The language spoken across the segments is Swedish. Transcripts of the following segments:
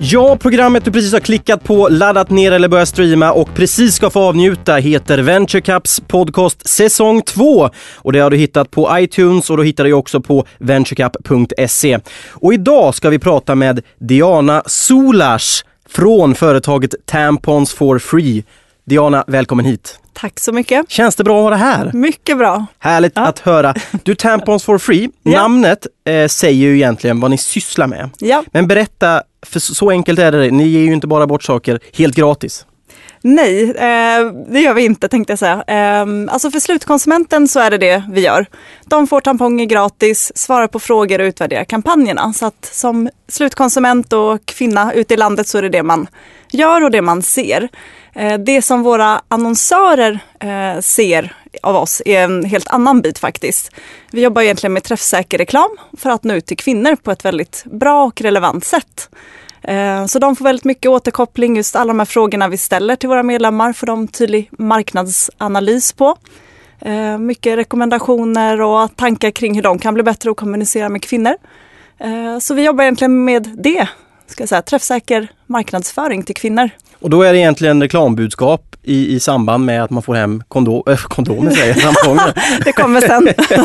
Ja, programmet du precis har klickat på, laddat ner eller börjat streama och precis ska få avnjuta heter Venture Cups podcast säsong 2. Och det har du hittat på iTunes och då hittar du också på venturecup.se. Och idag ska vi prata med Diana Solas från företaget Tampons for Free. Diana, välkommen hit. Tack så mycket. Känns det bra att vara här? Mycket bra. Härligt att höra. Du, Tampons for Free, namnet säger ju egentligen vad ni sysslar med. Ja. Men berätta, för så enkelt är det. Ni ger ju inte bara bort saker helt gratis. Nej, det gör vi inte tänkte jag säga. Alltså för slutkonsumenten så är det vi gör. De får tamponger gratis, svarar på frågor och utvärderar kampanjerna. Så att som slutkonsument och kvinna ute i landet så är det man gör och det man ser. Det som våra annonsörer ser av oss är en helt annan bit faktiskt. Vi jobbar egentligen med träffsäker reklam för att nå ut till kvinnor på ett väldigt bra och relevant sätt. Så de får väldigt mycket återkoppling, just alla de här frågorna vi ställer till våra medlemmar får de tydlig marknadsanalys på. Mycket rekommendationer och tankar kring hur de kan bli bättre och kommunicera med kvinnor. Så vi jobbar egentligen med det, ska jag säga, träffsäker marknadsföring till kvinnor. Och då är det egentligen reklambudskap i samband med att man får hem kondomer, säger tamponger. Det kommer sen.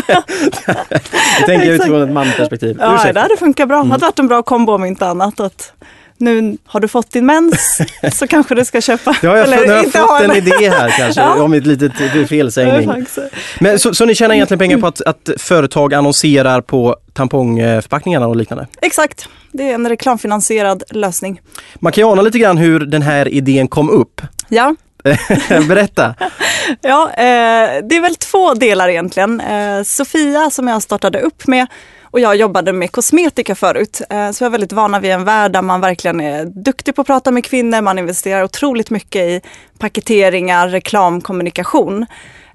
Jag tänker utifrån ett manperspektiv. Ja, det funkar bra. Det hade varit en bra kombo om inte annat. Att nu har du fått din mens så kanske du ska köpa. Ja, jag har fått en idé här kanske om ett litet felsägning. Men så ni tjänar egentligen pengar på att företag annonserar på tampongförpackningarna och liknande? Exakt. Det är en reklamfinansierad lösning. Man kan ju ana lite grann hur den här idén kom upp. Ja. Berätta. Ja, det är väl 2 delar egentligen. Sofia som jag startade upp med och jag jobbade med kosmetika förut. Så jag är väldigt vana vid en värld där man verkligen är duktig på att prata med kvinnor. Man investerar otroligt mycket i paketeringar, reklam, kommunikation.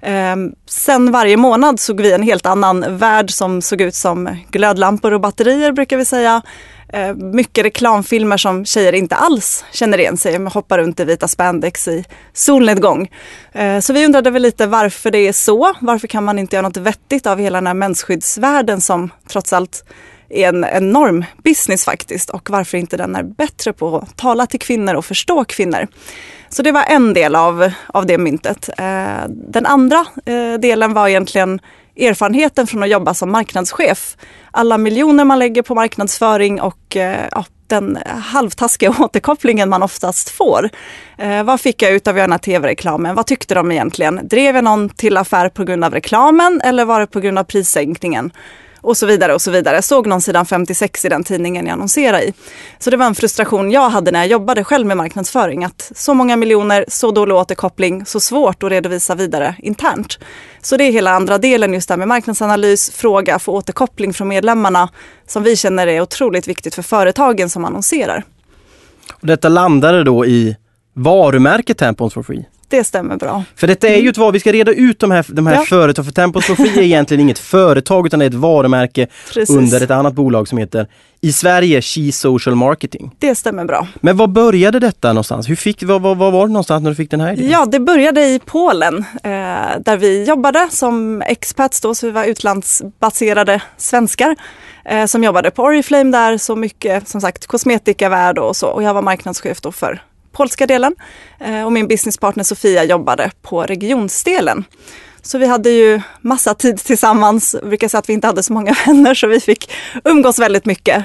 Sen varje månad såg vi en helt annan värld som såg ut som glödlampor och batterier brukar vi säga. Mycket reklamfilmer som tjejer inte alls känner igen sig med, hoppar runt i vita spandex i solnedgång. Så vi undrade väl lite varför det är så. Varför kan man inte göra något vettigt av hela den här mensskyddsvärlden som trots allt är en enorm business faktiskt. Och varför inte den är bättre på att tala till kvinnor och förstå kvinnor. Så det var en del av det myntet. Den andra delen var egentligen erfarenheten från att jobba som marknadschef. Alla miljoner man lägger på marknadsföring och den halvtaskiga återkopplingen man oftast får. Vad fick jag ut av den här tv-reklamen? Vad tyckte de egentligen? Drev jag någon till affär på grund av reklamen eller var det på grund av prissänkningen? Och så vidare och så vidare. Jag såg någon sidan 56 i den tidningen jag annonserade i. Så det var en frustration jag hade när jag jobbade själv med marknadsföring. Att så många miljoner, så dålig återkoppling, så svårt att redovisa vidare internt. Så det är hela andra delen just där med marknadsanalys, fråga, få återkoppling från medlemmarna som vi känner är otroligt viktigt för företagen som annonserar. Och detta landade då i varumärket Tampons for Free? Det stämmer bra. För detta är ju ett vi ska reda ut de här företagen. För Tampons for Free är egentligen inget företag utan det är ett varumärke under ett annat bolag som heter i Sverige She Social Marketing. Det stämmer bra. Men vad började detta någonstans? Vad var det någonstans när du fick den här idén? Ja, det började i Polen där vi jobbade som expats då, så vi var utlandsbaserade svenskar som jobbade på Oriflame där, så mycket som sagt kosmetikavärld och så, och jag var marknadschef då för polska delen och min businesspartner Sofia jobbade på regionsdelen. Så vi hade ju massa tid tillsammans. Jag brukar säga att vi inte hade så många vänner så vi fick umgås väldigt mycket.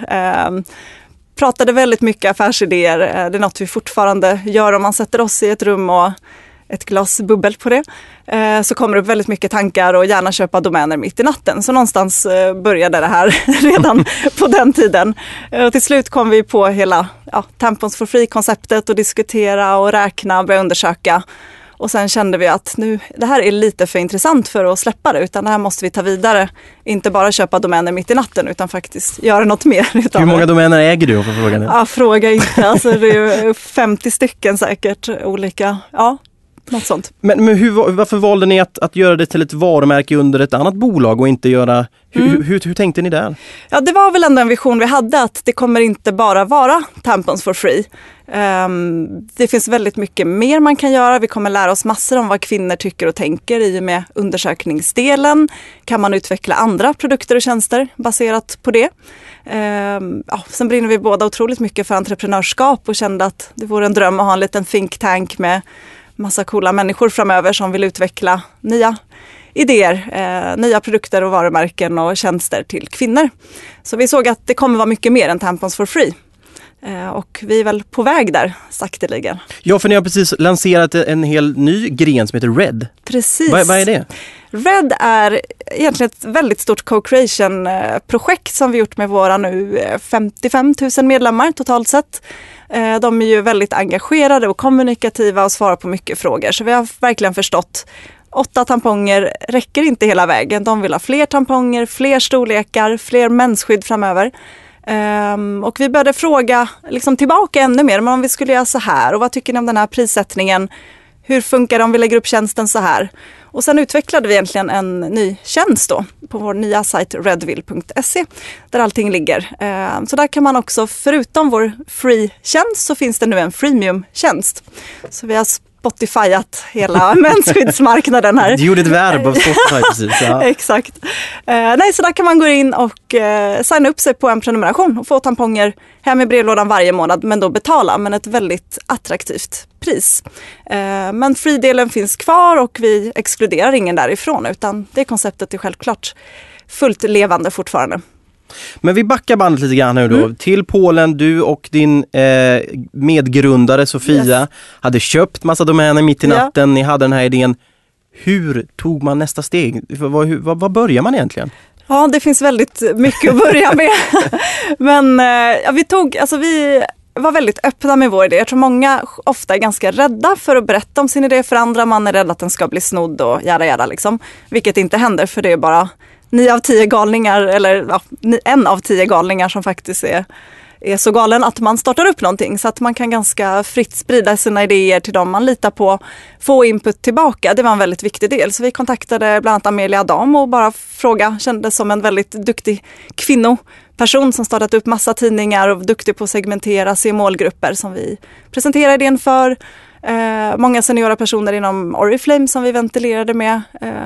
Pratade väldigt mycket affärsidéer. Det är något vi fortfarande gör om man sätter oss i ett rum och ett glas bubbel på det. Så kommer det upp väldigt mycket tankar och gärna köpa domäner mitt i natten. Så någonstans började det här redan på den tiden. Och till slut kom vi på hela Tampons for Free-konceptet och diskutera och räkna, börja undersöka. Och sen kände vi att det här är lite för intressant för att släppa det, utan det här måste vi ta vidare. Inte bara köpa domäner mitt i natten utan faktiskt göra något mer. Hur många domäner äger du för frågan? Ja, fråga inte. Alltså, det är 50 stycken säkert olika. Ja. något sånt. Men varför valde ni att göra det till ett varumärke under ett annat bolag och inte göra... Hur tänkte ni där? Ja, det var väl ändå en vision vi hade, att det kommer inte bara vara Tampons for free. Det finns väldigt mycket mer man kan göra. Vi kommer lära oss massor om vad kvinnor tycker och tänker i och med undersökningsdelen. Kan man utveckla andra produkter och tjänster baserat på det? Sen brinner vi båda otroligt mycket för entreprenörskap och kände att det vore en dröm att ha en liten think tank med massa coola människor framöver som vill utveckla nya idéer, nya produkter och varumärken och tjänster till kvinnor. Så vi såg att det kommer vara mycket mer än Tampons for free. Och vi är väl på väg där, sakteligen. Ja, för ni har precis lanserat en hel ny gren som heter Red. Precis. Vad är det? Red är egentligen ett väldigt stort co-creation-projekt som vi gjort med våra nu 55 000 medlemmar totalt sett. De är ju väldigt engagerade och kommunikativa och svarar på mycket frågor. Så vi har verkligen förstått 8 tamponger räcker inte hela vägen. De vill ha fler tamponger, fler storlekar, fler mensskydd framöver. Och vi började fråga liksom tillbaka ännu mer, men om vi skulle göra så här, och vad tycker ni om den här prissättningen? Hur funkar det om vi lägger upp tjänsten så här? Och sen utvecklade vi egentligen en ny tjänst då på vår nya sajt redvill.se där allting ligger. Så där kan man också, förutom vår free-tjänst, så finns det nu en freemium-tjänst. Så vi har Spotifyat hela mensskyddsmarknaden här. Du gjorde ett verb av Spotify precis. Ja. Exakt. Så där kan man gå in och signa upp sig på en prenumeration och få tamponger hem i brevlådan varje månad, men då betala, men ett väldigt attraktivt pris. Men free-delen finns kvar och vi exkluderar ingen därifrån, utan det konceptet är självklart fullt levande fortfarande. Men vi backar bandet lite grann nu då. Till Polen, du och din medgrundare Sofia hade köpt massa domäner mitt i natten. Ni hade den här idén. Hur tog man nästa steg? Vad börjar man egentligen? Ja, det finns väldigt mycket att börja med. Men vi var väldigt öppna med vår idé. Jag tror många ofta är ganska rädda för att berätta om sin idé för andra. Man är rädd att den ska bli snodd och jära liksom. Vilket inte händer, för det är bara 9 av 10 galningar, eller 1 av 10 galningar som faktiskt är så galen att man startar upp någonting. Så att man kan ganska fritt sprida sina idéer till dem man litar på, få input tillbaka. Det var en väldigt viktig del. Så vi kontaktade bland annat Amelia Adam och bara kändes som en väldigt duktig kvinnoperson som startat upp massa tidningar och duktig på att segmentera, se målgrupper som vi presenterar idén för. Många seniora personer inom Oriflame som vi ventilerade med.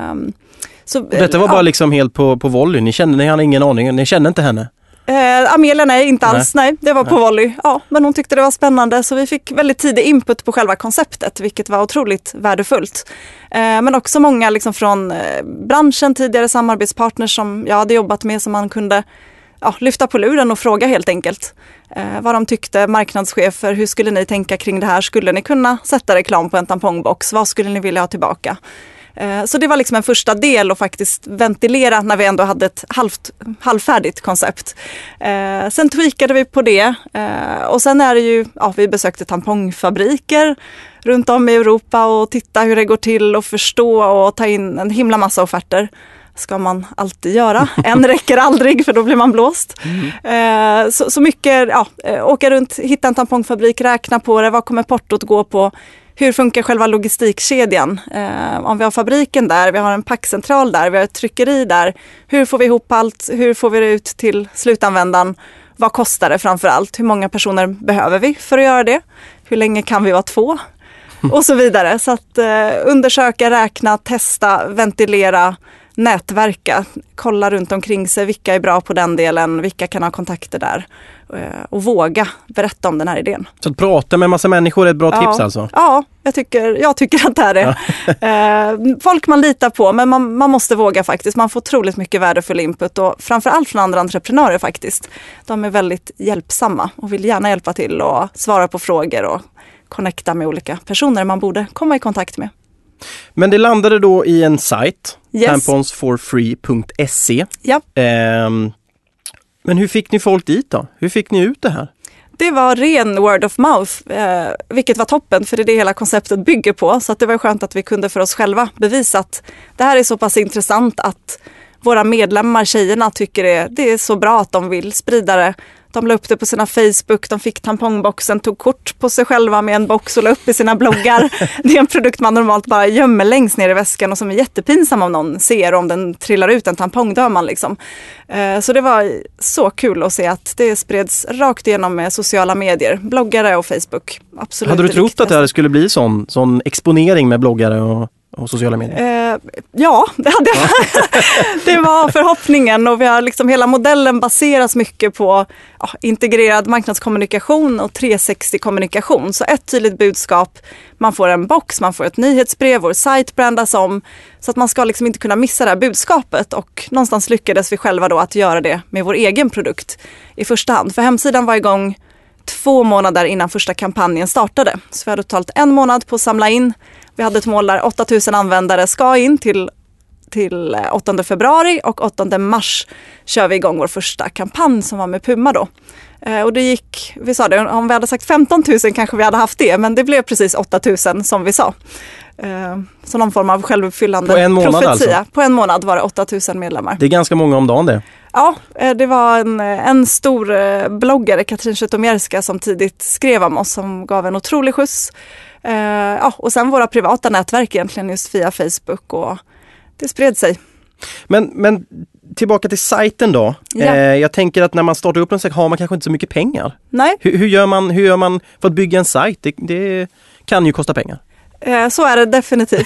Detta var bara liksom helt på volley. Ni hade ingen aning, ni kände inte henne? Amelia, nej, inte alls. Nej, det var på volley. Ja, men hon tyckte det var spännande, så vi fick väldigt tidig input på själva konceptet, vilket var otroligt värdefullt. Men också många liksom från branschen, tidigare samarbetspartners som jag hade jobbat med, som man kunde lyfta på luren och fråga helt enkelt. Vad de tyckte, marknadschefer, hur skulle ni tänka kring det här? Skulle ni kunna sätta reklam på en tampongbox? Vad skulle ni vilja ha tillbaka? Så det var liksom en första del att faktiskt ventilera när vi ändå hade ett halvfärdigt koncept. Sen tweakade vi på det och sen är det ju, vi besökte tampongfabriker runt om i Europa och titta hur det går till och förstå och ta in en himla massa offerter. Ska man alltid göra. En räcker aldrig, för då blir man blåst. Så mycket, åka runt, hitta en tampongfabrik, räkna på det, vad kommer portot gå på? Hur funkar själva logistikkedjan? Om vi har fabriken där, vi har en packcentral där, vi har ett tryckeri där. Hur får vi ihop allt? Hur får vi det ut till slutanvändaren? Vad kostar det framför allt? Hur många personer behöver vi för att göra det? Hur länge kan vi vara 2? Och så vidare. Så att undersöka, räkna, testa, ventilera, nätverka, kolla runt omkring sig, vilka är bra på den delen, vilka kan ha kontakter där och våga berätta om den här idén. Så att prata med massa människor är ett bra tips alltså? Ja, jag tycker att det här är folk man litar på, men man måste våga faktiskt. Man får otroligt mycket värdefull input och framförallt från andra entreprenörer faktiskt. De är väldigt hjälpsamma och vill gärna hjälpa till och svara på frågor och connecta med olika personer man borde komma i kontakt med. Men det landade då i en sajt, tamponsforfree.se. Ja. Men hur fick ni folk dit då? Hur fick ni ut det här? Det var ren word of mouth, vilket var toppen, för det är det hela konceptet bygger på. Så att det var skönt att vi kunde för oss själva bevisa att det här är så pass intressant att våra medlemmar, tjejerna, tycker det är så bra att de vill sprida det. De la upp det på sina Facebook, de fick tampongboxen, tog kort på sig själva med en box och la upp i sina bloggar. Det är en produkt man normalt bara gömmer längst ner i väskan och som är jättepinsam om någon ser, om den trillar ut en tampong dör man liksom. Så det var så kul att se att det spreds rakt igenom med sociala medier, bloggare och Facebook. Absolut. Hade du trott att det här skulle bli sån exponering med bloggare och sociala medier? Ja, det hade jag. Det var förhoppningen, och vi har liksom, hela modellen baseras mycket på integrerad marknadskommunikation och 360-kommunikation. Så ett tydligt budskap, man får en box, man får ett nyhetsbrev, vår sajt brandas om, så att man ska liksom inte kunna missa det här budskapet, och någonstans lyckades vi själva då att göra det med vår egen produkt i första hand. För hemsidan var igång 2 månader innan första kampanjen startade. Så vi hade totalt 1 månad på att samla in. Vi hade ett mål där 8000 användare ska in till 8 februari, och 8 mars kör vi igång vår första kampanj som var med Puma då. Och det gick, vi sa det, om vi hade sagt 15 000 kanske vi hade haft det, men det blev precis 8000 som vi sa. Så någon form av självuppfyllande profetia. På en månad alltså? På en månad var det 8000 medlemmar. Det är ganska många om dagen det. Ja, det var en stor bloggare, Katrin Zytomierska, som tidigt skrev om oss, som gav en otrolig skjuts. Och sen våra privata nätverk egentligen just via Facebook, och det spred sig. Men tillbaka till sajten då. Ja. Jag tänker att när man startar upp en sajt har man kanske inte så mycket pengar. Nej. Hur gör man för att bygga en sajt? Det kan ju kosta pengar. Så är det definitivt.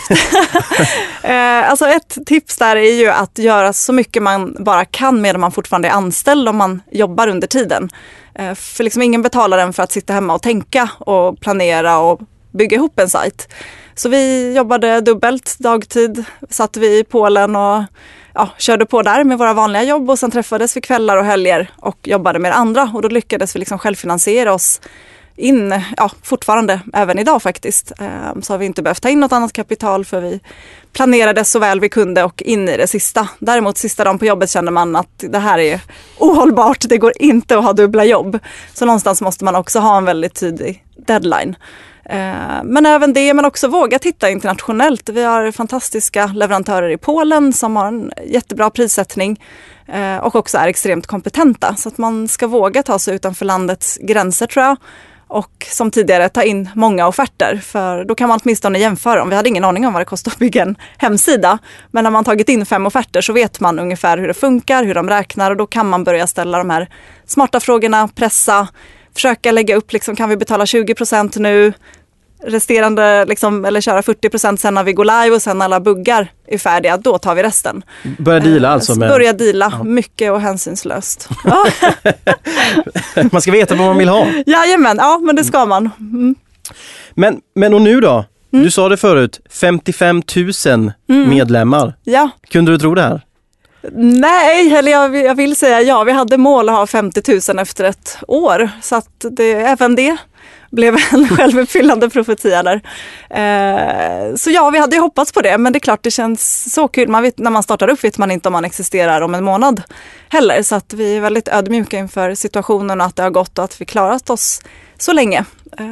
Alltså ett tips där är ju att göra så mycket man bara kan medan man fortfarande är anställd, om man jobbar under tiden. För liksom ingen betalar en för att sitta hemma och tänka och planera och bygga ihop en sajt. Så vi jobbade dubbelt dagtid, satt vi i Polen och körde på där med våra vanliga jobb, och sen träffades vi kvällar och helger och jobbade med andra, och då lyckades vi liksom självfinansiera oss in, fortfarande även idag faktiskt. Så har vi inte behövt ta in något annat kapital, för vi planerade så väl vi kunde och in i det sista. Däremot sista dagen på jobbet kände man att det här är ohållbart, det går inte att ha dubbla jobb. Så någonstans måste man också ha en väldigt tydlig deadline. Men även det, men också våga titta internationellt. Vi har fantastiska leverantörer i Polen som har en jättebra prissättning och också är extremt kompetenta. Så att man ska våga ta sig utanför landets gränser, tror jag. Och som tidigare ta in många offerter, för då kan man åtminstone jämföra dem. Vi hade ingen aning om vad det kostar att bygga en hemsida, men när man tagit in 5 offerter så vet man ungefär hur det funkar, hur de räknar, och då kan man börja ställa de här smarta frågorna, pressa, försöka lägga upp, liksom, kan vi betala 20% nu, resterande liksom, eller köra 40% sen när vi går live, och sen när alla buggar är färdiga, då tar vi resten. Börja deala alltså? Börja deala, mycket och hänsynslöst. Man ska veta vad man vill ha. Jajamän, men det ska man. Mm. Men och nu då? Du sa det förut, 55 000 medlemmar. Ja. Kunde du tro det här? Nej, eller jag vill säga ja. Vi hade mål att ha 50 000 efter ett år, så att även det blev en självuppfyllande profetia där. Så ja, vi hade ju hoppats på det, men det är klart det känns så kul. När man startar upp vet man inte om man existerar om en månad heller, så att vi är väldigt ödmjuka inför situationen och att det har gått och att vi klarat oss så länge.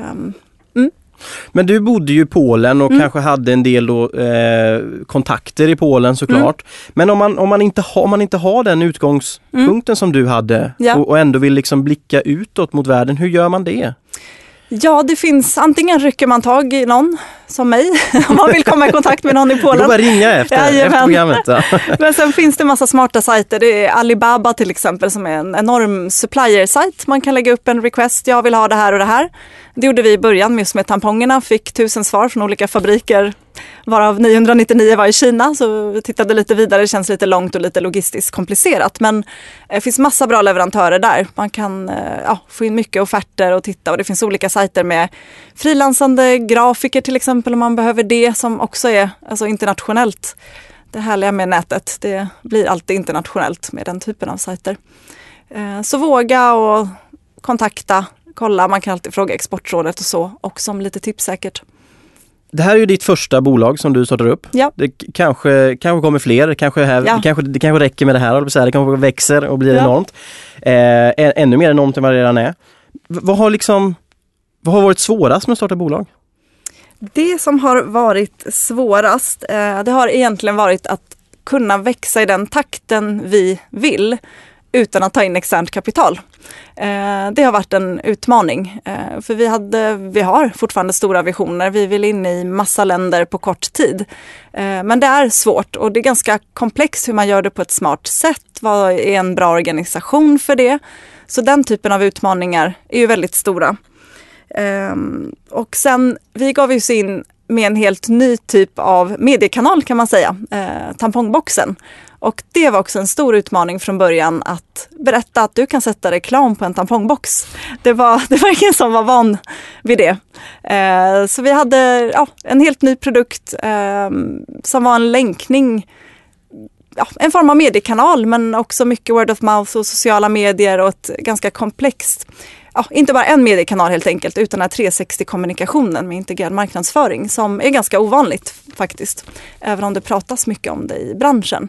Men du bodde ju i Polen och kanske hade en del då, kontakter i Polen såklart. Men om man inte har den utgångspunkten som du hade och ändå vill liksom blicka utåt mot världen, hur gör man det? Ja, det finns, antingen rycker man tag i någon som mig om man vill komma i kontakt med någon i Polen. Du bara ringa efter programmet. Men sen finns det massa smarta sajter. Det är Alibaba till exempel, som är en enorm supplier-sajt. Man kan lägga upp en request, jag vill ha det här och det här. Det gjorde vi i början just med tampongerna, fick 1000 svar från olika fabriker, varav 999 var i Kina, så vi tittade lite vidare. Det känns lite långt och lite logistiskt komplicerat, men det finns massa bra leverantörer där. Man kan få in mycket offerter och titta, och det finns olika sajter med frilansande grafiker till exempel om man behöver det, som också är alltså internationellt. Det härliga med nätet, det blir alltid internationellt med den typen av sajter. Så våga och kontakta, kolla, man kan alltid fråga Exportrådet och så, och som lite tips säkert. Det här är ju ditt första bolag som du startar upp. Ja. Det kanske kommer fler, det kanske räcker med det här, det kanske växer och blir enormt. Ännu mer enormt än vad det redan är. Vad har varit svårast med att starta bolag? Det som har varit svårast, det har egentligen varit att kunna växa i den takten vi vill. utan att ta in externt kapital. Det har varit en utmaning, för vi har fortfarande stora visioner. Vi vill in i massa länder på kort tid. Men det är svårt och det är ganska komplext hur man gör det på ett smart sätt. Vad är en bra organisation för det? Så den typen av utmaningar är ju väldigt stora. Och sen, vi gav oss in med en helt ny typ av mediekanal kan man säga, tampongboxen. Och det var också en stor utmaning från början att berätta att du kan sätta reklam på en tampongbox. Det var ingen som var van vid det. Så vi hade en helt ny produkt som var en länkning, en form av mediekanal men också mycket word of mouth och sociala medier och ett ganska komplext, inte bara en mediekanal helt enkelt utan den här 360-kommunikationen med integrerad marknadsföring som är ganska ovanligt faktiskt. Även om det pratas mycket om det i branschen.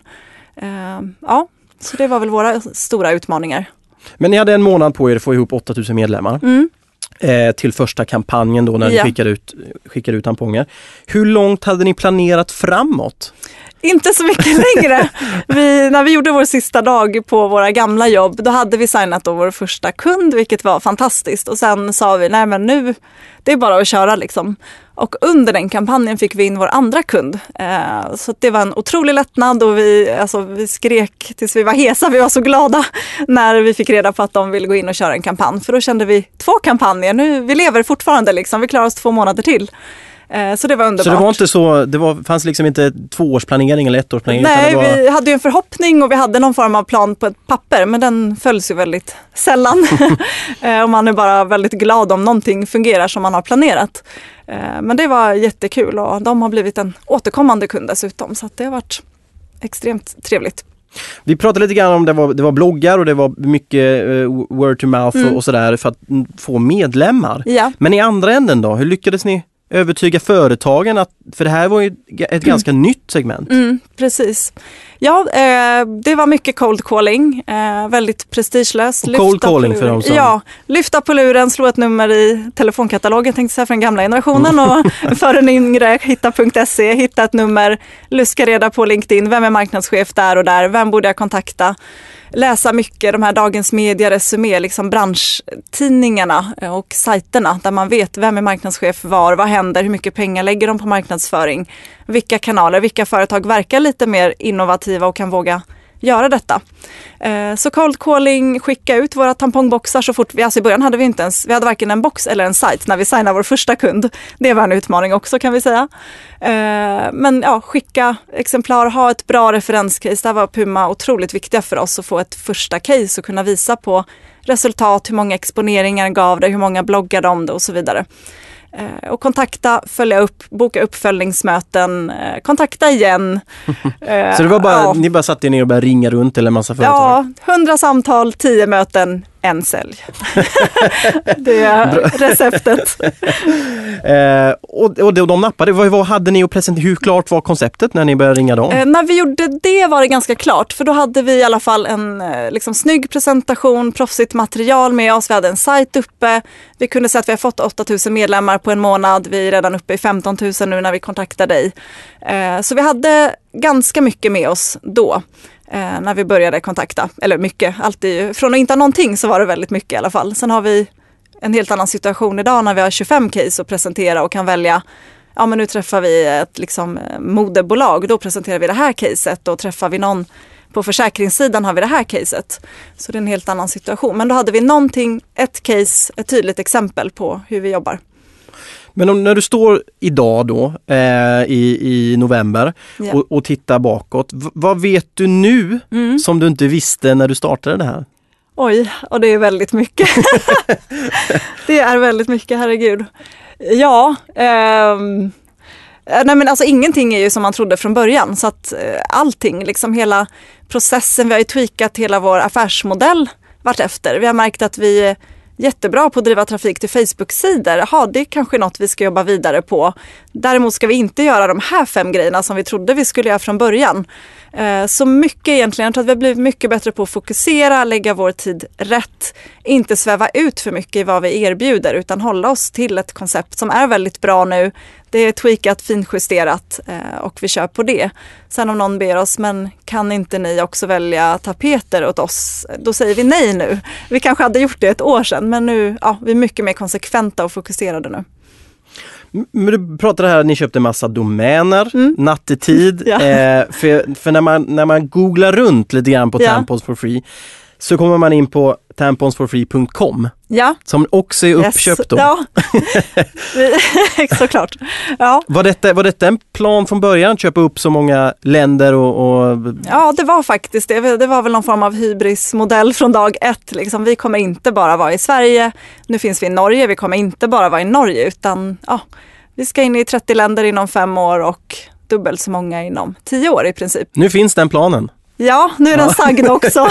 Så det var väl våra stora utmaningar. Men ni hade en månad på er att få ihop 8000 medlemmar till första kampanjen då när ni skickade ut tamponger. Hur långt hade ni planerat framåt? Inte så mycket längre. När vi gjorde vår sista dag på våra gamla jobb, då hade vi signat då vår första kund, vilket var fantastiskt. Och sen sa vi, nej men nu, det är bara att köra liksom. Och under den kampanjen fick vi in vår andra kund. Så det var en otrolig lättnad och vi skrek tills vi var hesa. Vi var så glada när vi fick reda på att de ville gå in och köra en kampanj. För då kände vi 2 kampanjer. Vi lever fortfarande liksom. Vi klarar oss 2 månader till. Så det var underbart. Så det var inte så, fanns liksom inte 2-årsplanering eller 1-årsplanering? Nej, vi hade ju en förhoppning och vi hade någon form av plan på ett papper, men den följs ju väldigt sällan. Och man är bara väldigt glad om någonting fungerar som man har planerat. Men det var jättekul och de har blivit en återkommande kund dessutom, så att det har varit extremt trevligt. Vi pratade lite grann om det var bloggar och det var mycket word to mouth och sådär för att få medlemmar. Ja. Men i andra änden då, hur lyckades ni övertyga företagen för det här var ju ett ganska nytt segment. Precis. Ja, det var mycket cold calling, väldigt prestigelöst. Cold calling för dem som... Ja, lyfta på luren, slå ett nummer i telefonkatalogen, tänkte jag, för den gamla generationen och för den yngre, hitta.se, hitta ett nummer, luska reda på LinkedIn, vem är marknadschef där och där, vem borde jag kontakta? Läsa mycket de här Dagens Media, Resumé, liksom branschtidningarna och sajterna där man vet vem är marknadschef var, vad händer, hur mycket pengar lägger de på marknadsföring, vilka kanaler, vilka företag verkar lite mer innovativa och kan våga göra detta. Så cold calling, skicka ut våra tampongboxar så fort i början hade vi hade varken en box eller en sajt när vi signade vår första kund. Det var en utmaning också kan vi säga. Men skicka exemplar, ha ett bra referenscase. Där var Puma otroligt viktiga för oss att få ett första case och kunna visa på resultat, hur många exponeringar gav det, hur många bloggade om det och så vidare. Och kontakta, följa upp, boka uppföljningsmöten, kontakta igen. Så det var bara, ni bara satt er ner och började ringa runt eller en massa företag? Ja, 100 samtal, 10 möten, en sälj. Det är receptet. Och de nappade. Vad hade ni att presentera? Hur klart var konceptet när ni började ringa dem? När vi gjorde det var det ganska klart. För då hade vi i alla fall en snygg presentation, proffsigt material med oss. Vi hade en sajt uppe. Vi kunde säga att vi har fått 8000 medlemmar på en månad. Vi är redan uppe i 15 000 nu när vi kontaktar dig. Så vi hade ganska mycket med oss då. När vi började kontakta, eller mycket, alltid från att inte ha någonting så var det väldigt mycket i alla fall. Sen har vi en helt annan situation idag när vi har 25 case att presentera och kan välja, men nu träffar vi ett moderbolag, då presenterar vi det här caset och träffar vi någon på försäkringssidan har vi det här caset. Så det är en helt annan situation. Men då hade vi ett case, ett tydligt exempel på hur vi jobbar. Men när du står idag då i november och tittar bakåt, vad vet du nu som du inte visste när du startade det här? Oj, och det är väldigt mycket. Det är väldigt mycket, herregud. Ja, nej men alltså ingenting är ju som man trodde från början. Så att allting, hela processen, vi har ju tweakat hela vår affärsmodell vartefter. Vi har märkt att vi är jättebra på att driva trafik till Facebook-sidor. Det är kanske något vi ska jobba vidare på. Däremot ska vi inte göra de här 5 grejerna som vi trodde vi skulle göra från början. Så mycket egentligen. Jag tror att vi har blivit mycket bättre på att fokusera, lägga vår tid rätt. Inte sväva ut för mycket i vad vi erbjuder utan hålla oss till ett koncept som är väldigt bra nu. Det är tweakat, finjusterat och vi kör på det. Sen om någon ber oss, men kan inte ni också välja tapeter åt oss? Då säger vi nej nu. Vi kanske hade gjort det ett år sedan, men nu vi är mycket mer konsekventa och fokuserade nu. Men du pratade här att ni köpte massa domäner, nattetid. Ja. För när man googlar runt lite grann på Tampons for free så kommer man in på tamponsforfree.com. Ja. Som också är uppköpt då. Ja, såklart. Ja. Var detta en plan från början att köpa upp så många länder och... Ja, det var faktiskt det. Det var väl någon form av hybrismodell från dag ett. Liksom, vi kommer inte bara vara i Sverige. Nu finns vi i Norge. Vi kommer inte bara vara i Norge utan vi ska in i 30 länder inom 5 år och dubbelt så många inom 10 år i princip. Nu finns den planen. Ja, nu är den sagd också.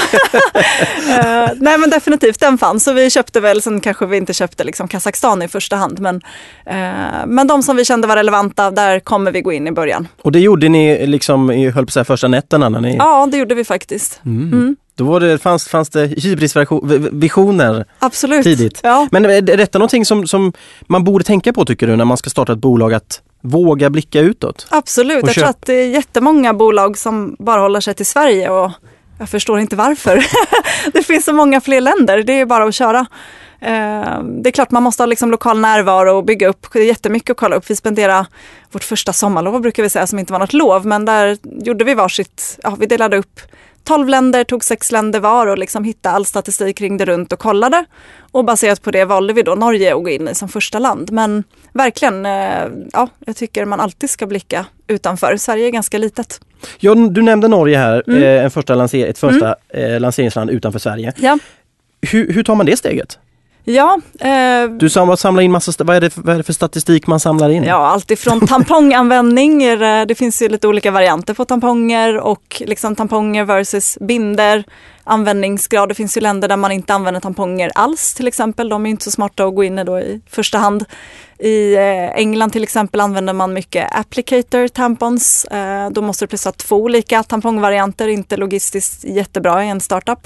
Nej men definitivt, den fanns. Så vi köpte väl, sen kanske vi inte köpte liksom Kazakstan i första hand. Men de som vi kände var relevanta, där kommer vi gå in i början. Och det gjorde ni liksom i första nätterna? När ni... Ja, det gjorde vi faktiskt. Då var fanns det hybrisvisioner. Absolut. Tidigt. Ja. Men är detta någonting som man borde tänka på, tycker du, när man ska starta ett bolag, att våga blicka utåt? Absolut, jag tror att det är jättemånga bolag som bara håller sig till Sverige och jag förstår inte varför. Det finns så många fler länder, det är bara att köra. Det är klart man måste ha liksom lokal närvaro och bygga upp, det är jättemycket att kolla upp. Vi spenderade vårt första sommarlov, brukar vi säga, som inte var något lov, men där gjorde vi varsitt, vi delade upp 12 länder, tog 6 länder var och liksom hittade all statistik kring det runt och kollade. Och baserat på det valde vi då Norge att gå in i som första land. Men verkligen, jag tycker man alltid ska blicka utanför. Sverige är ganska litet. Ja, du nämnde Norge här, ett första lanseringsland utanför Sverige. Ja. Hur tar man det steget? Ja, du samlar in massa, vad är det för statistik man samlar in? Ja, allt ifrån tamponganvändning, det finns ju lite olika varianter på tamponger och liksom tamponger versus binder, användningsgrad. Det finns ju länder där man inte använder tamponger alls till exempel, de är inte så smarta att gå in då i första hand. I England till exempel använder man mycket applicator tampons, då måste det plötsligt ha 2 olika tampongvarianter, inte logistiskt jättebra i en startup.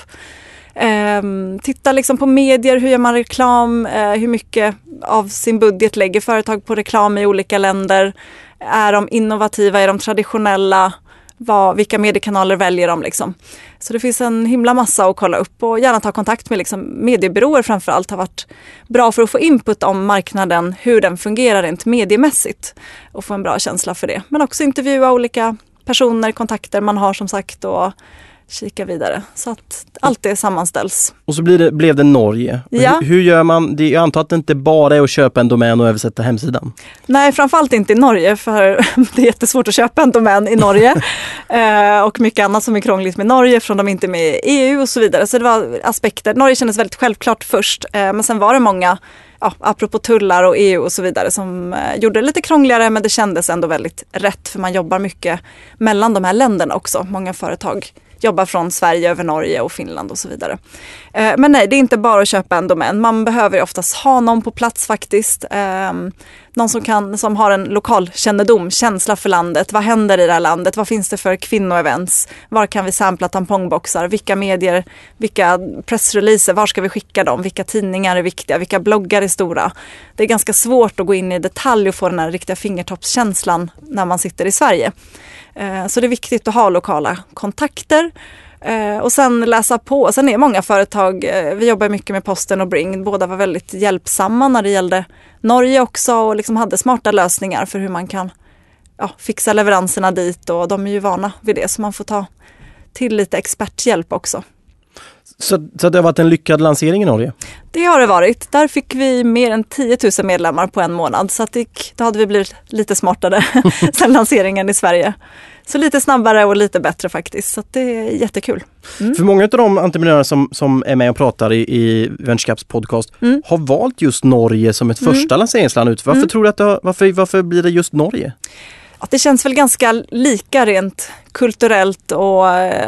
Titta liksom på medier, hur gör man reklam, hur mycket av sin budget lägger företag på reklam i olika länder, är de innovativa, är de traditionella, vilka mediekanaler väljer de liksom. Så det finns en himla massa att kolla upp och gärna ta kontakt med liksom mediebyråer framförallt, har varit bra för att få input om marknaden, hur den fungerar rent mediemässigt och få en bra känsla för det. Men också intervjua olika personer, kontakter man har som sagt och kika vidare. Så att allt det sammanställs. Och så blev det Norge. Ja. Hur gör man? Jag antar att det inte bara är att köpa en domän och översätta hemsidan. Nej, framförallt inte i Norge, för det är jättesvårt att köpa en domän i Norge. Och mycket annat som är krångligt med Norge, från de inte är med i EU och så vidare. Så det var aspekter. Norge kändes väldigt självklart först, men sen var det många, apropå tullar och EU och så vidare, som gjorde det lite krångligare, men det kändes ändå väldigt rätt, för man jobbar mycket mellan de här länderna också. Många företag jobbar från Sverige över Norge och Finland och så vidare. Men nej, det är inte bara att köpa en domän. Man behöver ju oftast ha någon på plats faktiskt. Någon som har en lokal känsla för landet. Vad händer i det här landet? Vad finns det för kvinnoevents? Var kan vi sampla tampongboxar? Vilka medier? Vilka pressreleaser? Var ska vi skicka dem? Vilka tidningar är viktiga? Vilka bloggar är stora? Det är ganska svårt att gå in i detalj och få den här riktiga fingertoppskänslan när man sitter i Sverige. Så det är viktigt att ha lokala kontakter och sen läsa på. Sen är många företag, vi jobbar mycket med Posten och Bring, båda var väldigt hjälpsamma när det gällde Norge också och liksom hade smarta lösningar för hur man kan fixa leveranserna dit, och de är ju vana vid det, så man får ta till lite experthjälp också. Så det har varit en lyckad lansering i Norge? Det har det varit. Där fick vi mer än 10 000 medlemmar på en månad. Så att då hade vi blivit lite smartare sen lanseringen i Sverige. Så lite snabbare och lite bättre faktiskt. Så att det är jättekul. För många av de entreprenörer som är med och pratar i VentureCaps podcast har valt just Norge som ett första lanseringsland ut. Varför tror du att varför blir det just Norge? Att det känns väl ganska lika rent kulturellt och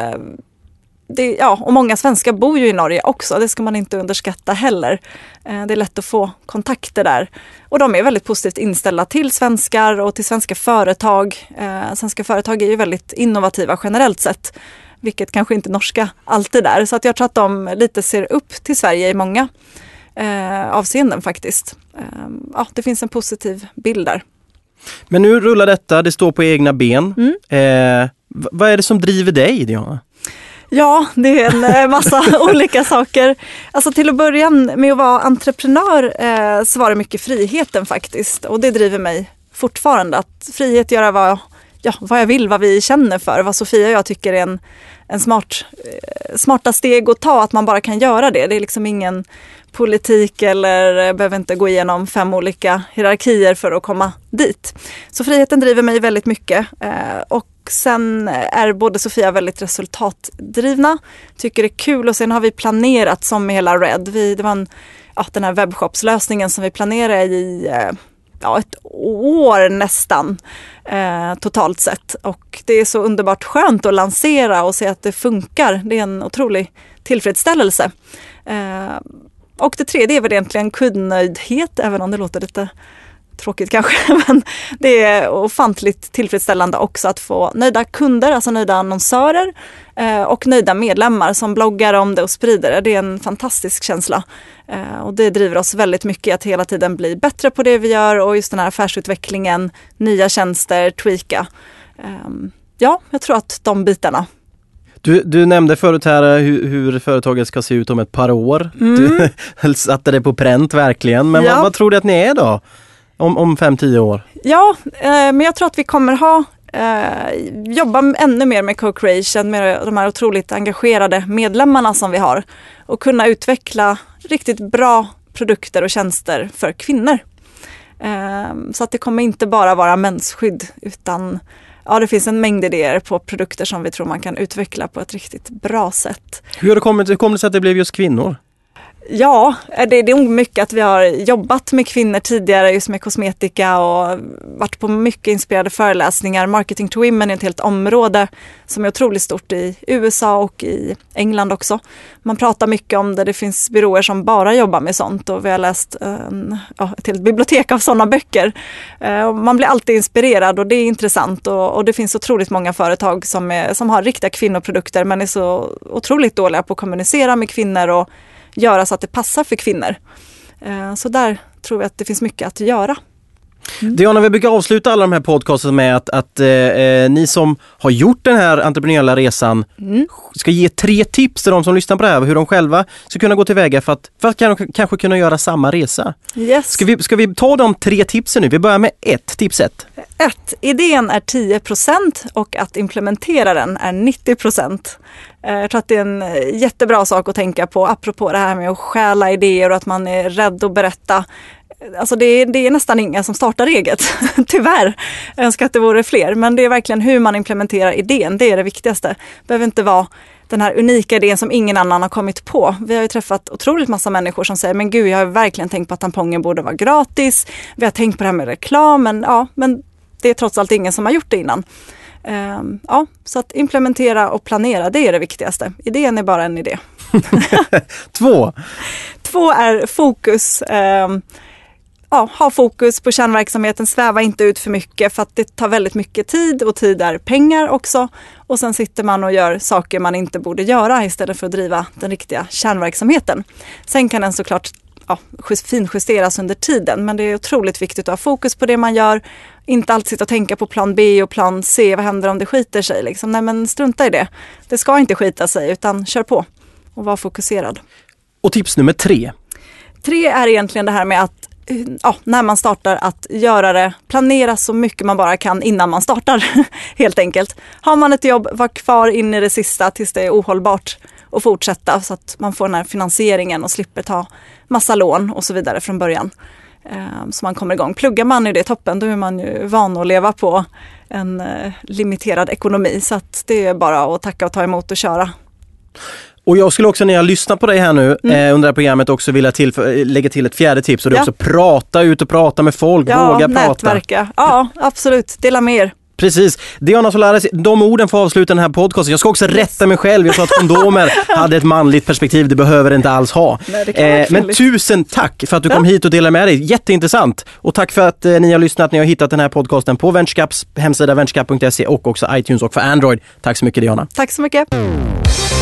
och många svenskar bor ju i Norge också, det ska man inte underskatta heller. Det är lätt att få kontakter där. Och de är väldigt positivt inställda till svenskar och till svenska företag. Svenska företag är ju väldigt innovativa generellt sett, vilket kanske inte norska alltid är. Så att jag tror att de lite ser upp till Sverige i många avseenden faktiskt. Det finns en positiv bild där. Men nu rullar detta, det står på egna ben. Vad är det som driver dig, Diana? Ja, det är en massa olika saker. Alltså till att börja med att vara entreprenör så var det mycket friheten faktiskt. Och det driver mig fortfarande. Att frihet göra vad jag vill, vad vi känner för. Vad Sofia och jag tycker är en smarta steg att ta, att man bara kan göra det. Det är liksom ingen politik eller behöver inte gå igenom 5 olika hierarkier för att komma dit. Så friheten driver mig väldigt mycket. Och sen är både Sofia väldigt resultatdrivna, tycker det är kul, och sen har vi planerat som med hela Red. Det var den här webbshopslösningen som vi planerade i ett år nästan totalt sett. Och det är så underbart skönt att lansera och se att det funkar. Det är en otrolig tillfredsställelse. Och det tredje är väl egentligen kundnöjdhet, även om det låter lite tråkigt kanske, men det är ofantligt tillfredsställande också att få nöjda kunder, alltså nöjda annonsörer och nöjda medlemmar som bloggar om det och sprider det. Det är en fantastisk känsla och det driver oss väldigt mycket att hela tiden bli bättre på det vi gör, och just den här affärsutvecklingen, nya tjänster, tweaka. Ja, jag tror att de bitarna. Du nämnde förut här hur företaget ska se ut om ett par år. Du satte det på pränt verkligen. Men vad tror du att ni är då? Om 5-10 år? Ja, men jag tror att vi kommer jobba ännu mer med co-creation, med de här otroligt engagerade medlemmarna som vi har, och kunna utveckla riktigt bra produkter och tjänster för kvinnor. Så att det kommer inte bara vara mensskydd, utan det finns en mängd idéer på produkter som vi tror man kan utveckla på ett riktigt bra sätt. Hur kommer det sig att det blev just kvinnor? Ja, det är nog mycket att vi har jobbat med kvinnor tidigare just med kosmetika och varit på mycket inspirerade föreläsningar. Marketing to Women är ett helt område som är otroligt stort i USA och i England också. Man pratar mycket om det. Det finns byråer som bara jobbar med sånt, och vi har läst ett helt bibliotek av sådana böcker. Man blir alltid inspirerad och det är intressant, och det finns otroligt många företag som har riktiga kvinnoprodukter men är så otroligt dåliga på att kommunicera med kvinnor och göra så att det passar för kvinnor. Så där tror jag att det finns mycket att göra. Diana, vi brukar avsluta alla de här podcasten med att ni som har gjort den här entreprenöriella resan ska ge 3 tips till de som lyssnar på det här, hur de själva ska kunna gå tillväga för att kanske kunna göra samma resa. Yes. Ska vi ta de 3 tipsen nu? Vi börjar med tips 1. 1. Idén är 10% och att implementera den är 90%. Jag tror att det är en jättebra sak att tänka på, apropå det här med att stjäla idéer och att man är rädd att berätta. Alltså det är nästan inga som startar eget, tyvärr. Jag önskar att det vore fler, men det är verkligen hur man implementerar idén, det är det viktigaste. Det behöver inte vara den här unika idén som ingen annan har kommit på. Vi har ju träffat otroligt massa människor som säger, men gud, jag har verkligen tänkt på att tampongen borde vara gratis. Vi har tänkt på det här med reklam, men det är trots allt ingen som har gjort det innan. Så att implementera och planera, det är det viktigaste. Idén är bara en idé. 2. 2 är fokus. Ha fokus på kärnverksamheten, sväva inte ut för mycket för att det tar väldigt mycket tid, och tid är pengar också. Och sen sitter man och gör saker man inte borde göra istället för att driva den riktiga kärnverksamheten. Sen kan den såklart finjusteras under tiden, men det är otroligt viktigt att ha fokus på det man gör. Inte alltid sitta och tänka på plan B och plan C, vad händer om det skiter sig? Liksom. Nej, men strunta i det. Det ska inte skita sig, utan kör på och var fokuserad. Och tips nummer 3? 3 är egentligen det här med att när man startar att planera så mycket man bara kan innan man startar, helt enkelt. Har man ett jobb, var kvar in i det sista tills det är ohållbart och fortsätta så att man får den här finansieringen och slipper ta massa lån och så vidare från början. Så man kommer igång. Pluggar man i det toppen, då är man ju van att leva på en limiterad ekonomi, så att det är bara att tacka och ta emot och köra. Och jag skulle också, när jag lyssnar på dig här nu under det här programmet, också vilja lägga till ett 4:e tips, och det är också prata med folk, våga nätverka. prata. Ja, absolut. Dela med er. Precis. Diana Solares, de orden får avsluta den här podcasten. Jag ska också rätta mig själv. Jag sa att kondomer hade ett manligt perspektiv. Det behöver det inte alls ha. Nej, men tusen tack för att du kom hit och delade med dig. Jätteintressant. Och tack för att ni har lyssnat. Ni har hittat den här podcasten på VentureCaps hemsida venturecap.se och också iTunes och för Android. Tack så mycket, Diana. Tack så mycket.